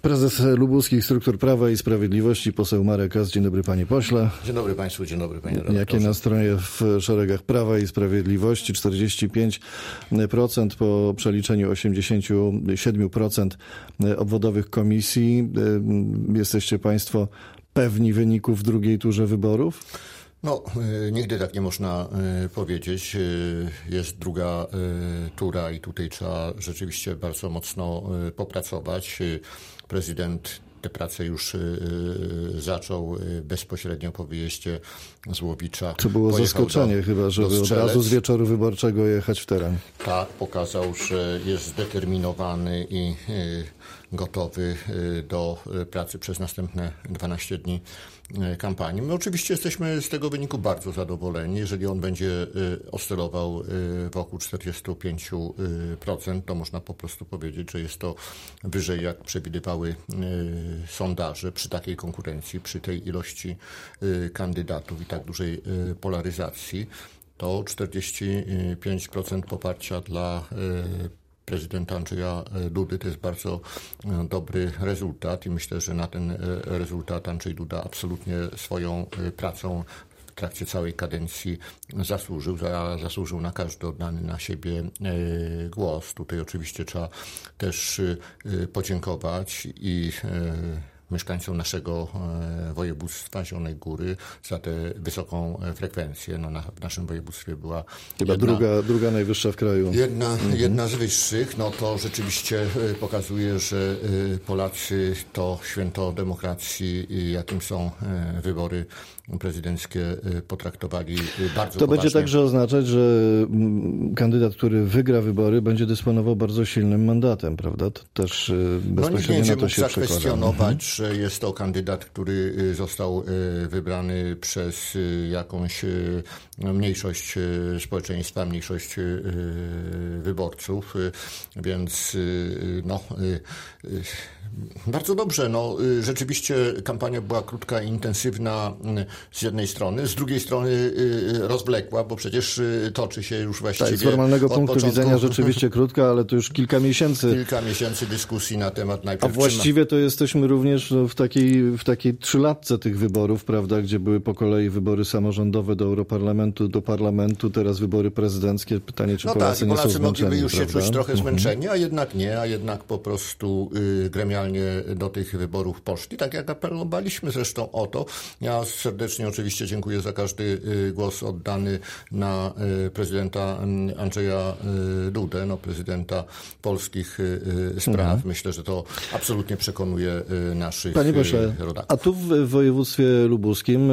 Prezes Lubuskich Struktur Prawa i Sprawiedliwości, poseł Marek Ast. Dzień dobry, panie pośle. Dzień dobry państwu, dzień dobry panie redaktorze. Jakie nastroje w szeregach Prawa i Sprawiedliwości? 45% po przeliczeniu 87% obwodowych komisji. Jesteście państwo pewni wyników w drugiej turze wyborów? No, nigdy tak nie można powiedzieć. Jest druga tura i tutaj trzeba rzeczywiście bardzo mocno popracować. Prezydent tę pracę już zaczął bezpośrednio po wyjeździe z Łowicza. To było zaskoczenie chyba, żeby od razu z wieczoru wyborczego jechać w teren. Tak, pokazał, że jest zdeterminowany i gotowy do pracy przez następne 12 dni kampanii. My oczywiście jesteśmy z tego wyniku bardzo zadowoleni. Jeżeli on będzie oscylował wokół 45%, to można po prostu powiedzieć, że jest to wyżej, jak przewidywały sondaże przy takiej konkurencji, przy tej ilości kandydatów i tak dużej polaryzacji. To 45% poparcia dla prezydenta Andrzeja Dudy to jest bardzo dobry rezultat i myślę, że na ten rezultat Andrzej Duda absolutnie swoją pracą w trakcie całej kadencji zasłużył na każdy oddany na siebie głos. Tutaj oczywiście trzeba też podziękować i mieszkańcom naszego województwa Zielonej Góry za tę wysoką frekwencję. No, w naszym województwie była chyba druga najwyższa w kraju. Jedna z wyższych. No to rzeczywiście pokazuje, że Polacy to święto demokracji, jakim są wybory prezydenckie, potraktowali bardzo To poważnie. będzie także oznaczać, że kandydat, który wygra wybory, będzie dysponował bardzo silnym mandatem, prawda? To też bezpośrednio na to się przekłada. Zakwestionować, że jest to kandydat, który został wybrany przez jakąś mniejszość społeczeństwa, mniejszość wyborców, więc no bardzo dobrze. No, rzeczywiście kampania była krótka i intensywna z jednej strony, z drugiej strony rozwlekła, bo przecież toczy się już właściwie... Tak, z formalnego punktu widzenia rzeczywiście krótka, ale to już kilka miesięcy. Kilka miesięcy dyskusji na temat najpierw... A właściwie to jesteśmy również w takiej trzylatce tych wyborów, prawda, gdzie były po kolei wybory samorządowe do Europarlamentu, do Parlamentu, teraz wybory prezydenckie. Pytanie, czy Polacy nie są zmęczeni, mogliby już prawda? się czuć trochę zmęczeni, a jednak po prostu gremialnie do tych wyborów poszli, tak jak apelowaliśmy zresztą o to. Ja serdecznie oczywiście dziękuję za każdy głos oddany na prezydenta Andrzeja Dudę, no, prezydenta polskich spraw. Myślę, że to absolutnie przekonuje naszych Panie pośle, rodaków. a tu w województwie lubuskim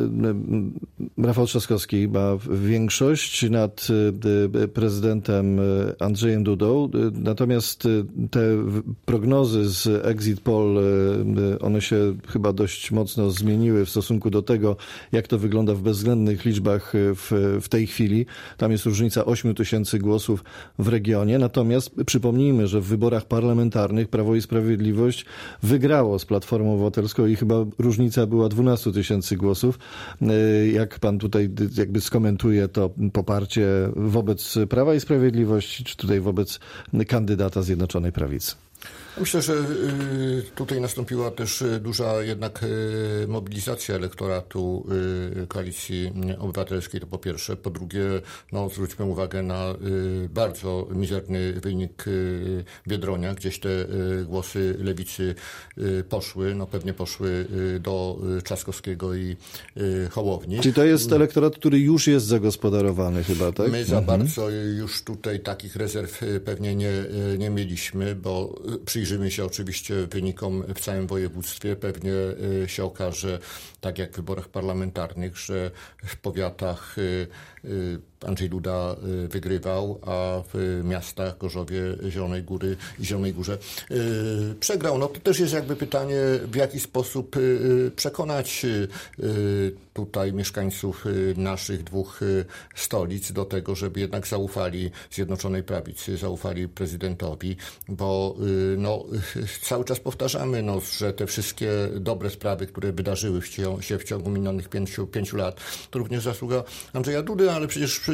Rafał Trzaskowski ma większość nad prezydentem Andrzejem Dudą, natomiast te prognozy z Exit Poll, one się chyba dość mocno zmieniły w stosunku do tego, jak to wygląda w bezwzględnych liczbach w tej chwili. Tam jest różnica 8 000 głosów w regionie, natomiast przypomnijmy, że w wyborach parlamentarnych Prawo i Sprawiedliwość wygrało z Platformą Obywatelską i chyba różnica była 12 000 głosów. Jak pan tutaj jakby skomentuje to poparcie wobec Prawa i Sprawiedliwości, czy tutaj wobec kandydata Zjednoczonej Prawicy? Myślę, że tutaj nastąpiła też duża jednak mobilizacja elektoratu Koalicji Obywatelskiej, to po pierwsze. Po drugie, no, zwróćmy uwagę na bardzo mizerny wynik Biedronia. Gdzieś te głosy lewicy poszły, no pewnie poszły do Trzaskowskiego i Hołowni. Czyli to jest elektorat, który już jest zagospodarowany chyba, tak? My za bardzo już tutaj takich rezerw pewnie nie mieliśmy, bo przyjrzymy się oczywiście wynikom w całym województwie. Pewnie się okaże, tak jak w wyborach parlamentarnych, że w powiatach Andrzej Duda wygrywał, a w miastach Gorzowie, Zielonej Góry i Zielonej Górze przegrał. No to też jest jakby pytanie, w jaki sposób przekonać tutaj mieszkańców naszych dwóch stolic do tego, żeby jednak zaufali Zjednoczonej Prawicy, zaufali prezydentowi, bo no, cały czas powtarzamy, no, że te wszystkie dobre sprawy, które wydarzyły się w ciągu minionych 5 lat, to również zasługa Andrzeja Dudy, ale przecież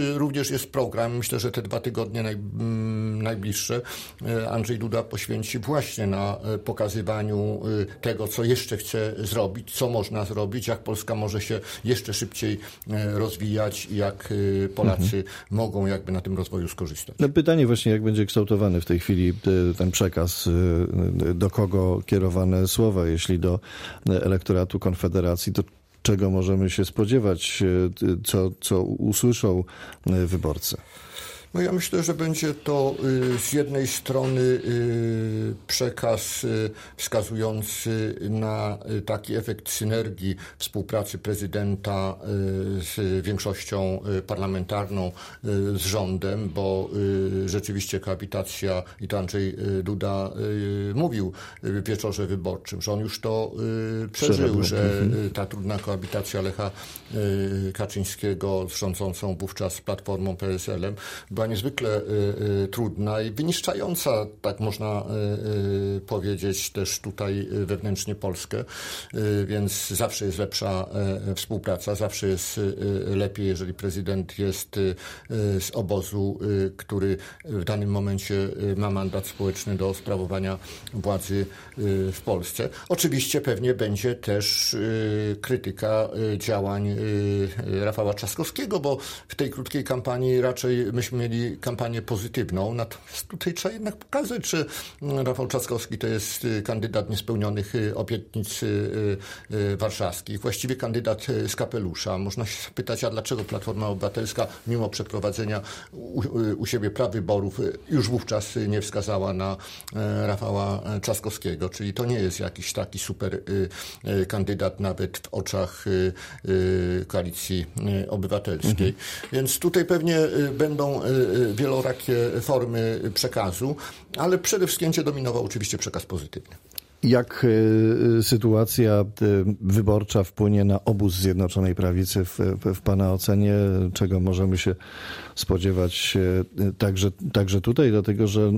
również jest program. Myślę, że te 2 tygodnie najbliższe Andrzej Duda poświęci właśnie na pokazywaniu tego, co jeszcze chce zrobić, co można zrobić, jak Polska może się jeszcze szybciej rozwijać i jak Polacy mogą jakby na tym rozwoju skorzystać. No pytanie właśnie, jak będzie kształtowany w tej chwili ten przekaz, do kogo kierowane słowa, jeśli do elektoratu Konfederacji, to czego możemy się spodziewać, co usłyszą wyborcy? No ja myślę, że będzie to z jednej strony przekaz wskazujący na taki efekt synergii współpracy prezydenta z większością parlamentarną, z rządem, bo rzeczywiście koabitacja, i to Andrzej Duda mówił w wieczorze wyborczym, że on już to przeżył, że ta trudna koabitacja Lecha Kaczyńskiego z rządzącą wówczas Platformą PSL-em była niezwykle trudna i wyniszczająca, tak można powiedzieć, też tutaj wewnętrznie Polskę, więc zawsze jest lepsza współpraca, zawsze jest lepiej, jeżeli prezydent jest z obozu, który w danym momencie ma mandat społeczny do sprawowania władzy w Polsce. Oczywiście pewnie będzie też krytyka działań Rafała Trzaskowskiego, bo w tej krótkiej kampanii raczej myśmy mieli kampanię pozytywną, natomiast tutaj trzeba jednak pokazać, że Rafał Trzaskowski to jest kandydat niespełnionych obietnic warszawskich, właściwie kandydat z kapelusza. Można się zapytać, a dlaczego Platforma Obywatelska mimo przeprowadzenia u siebie prawyborów już wówczas nie wskazała na Rafała Trzaskowskiego, czyli to nie jest jakiś taki super kandydat nawet w oczach Koalicji Obywatelskiej. Więc tutaj pewnie będą wielorakie formy przekazu, ale przede wszystkim będzie dominował oczywiście przekaz pozytywny. Jak sytuacja wyborcza wpłynie na obóz Zjednoczonej Prawicy w Pana ocenie? Czego możemy się spodziewać także tutaj? Dlatego, że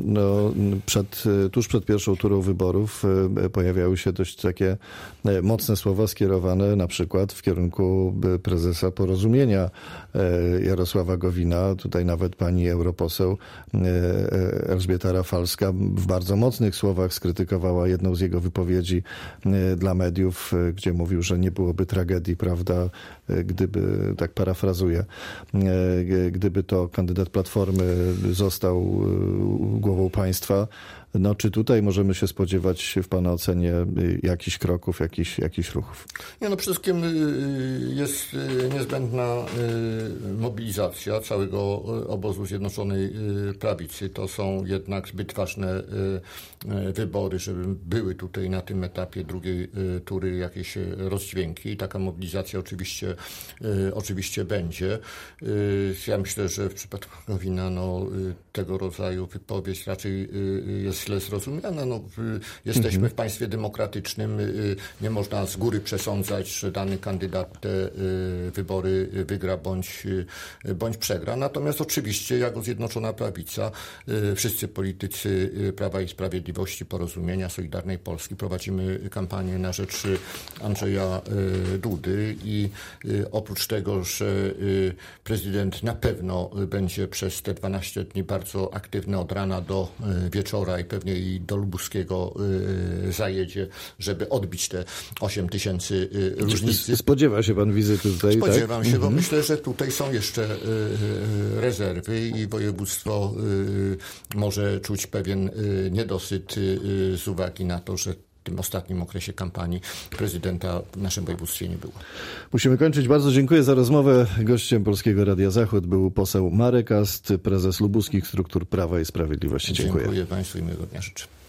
tuż przed pierwszą turą wyborów pojawiały się dość takie mocne słowa skierowane na przykład w kierunku prezesa Porozumienia Jarosława Gowina. Tutaj nawet pani europoseł Elżbieta Rafalska w bardzo mocnych słowach skrytykowała jedną z jego wypowiedzi dla mediów, gdzie mówił, że nie byłoby tragedii, prawda, gdyby, tak parafrazuję, gdyby to kandydat Platformy został głową państwa. No, czy tutaj możemy się spodziewać w Pana ocenie jakichś kroków, jakichś ruchów? Nie, no przede wszystkim jest niezbędna mobilizacja całego obozu Zjednoczonej Prawicy. To są jednak zbyt ważne wybory, żeby były tutaj na tym etapie drugiej tury jakieś rozdźwięki. I taka mobilizacja oczywiście będzie. Ja myślę, że w przypadku Gowina tego rodzaju wypowiedź raczej jest źle zrozumiana. Jesteśmy w państwie demokratycznym. Nie można z góry przesądzać, że dany kandydat te wybory wygra bądź przegra. Natomiast oczywiście jako Zjednoczona Prawica, wszyscy politycy Prawa i Sprawiedliwości, Porozumienia, Solidarnej Polski prowadzimy kampanię na rzecz Andrzeja Dudy i oprócz tego, że prezydent na pewno będzie przez te 12 dni bardzo aktywny od rana do wieczora i pewnie i do Lubuskiego zajedzie, żeby odbić te 8 000 różnicy. Spodziewa się pan wizyty tutaj? Spodziewam się, bo myślę, że tutaj są jeszcze rezerwy i województwo może czuć pewien niedosyt z uwagi na to, że w tym ostatnim okresie kampanii prezydenta w naszym województwie nie było. Musimy kończyć. Bardzo dziękuję za rozmowę. Gościem Polskiego Radia Zachód był poseł Marek Ast, prezes lubuskich struktur Prawa i Sprawiedliwości. Dziękuję. Dziękuję państwu i miłego dnia życzę.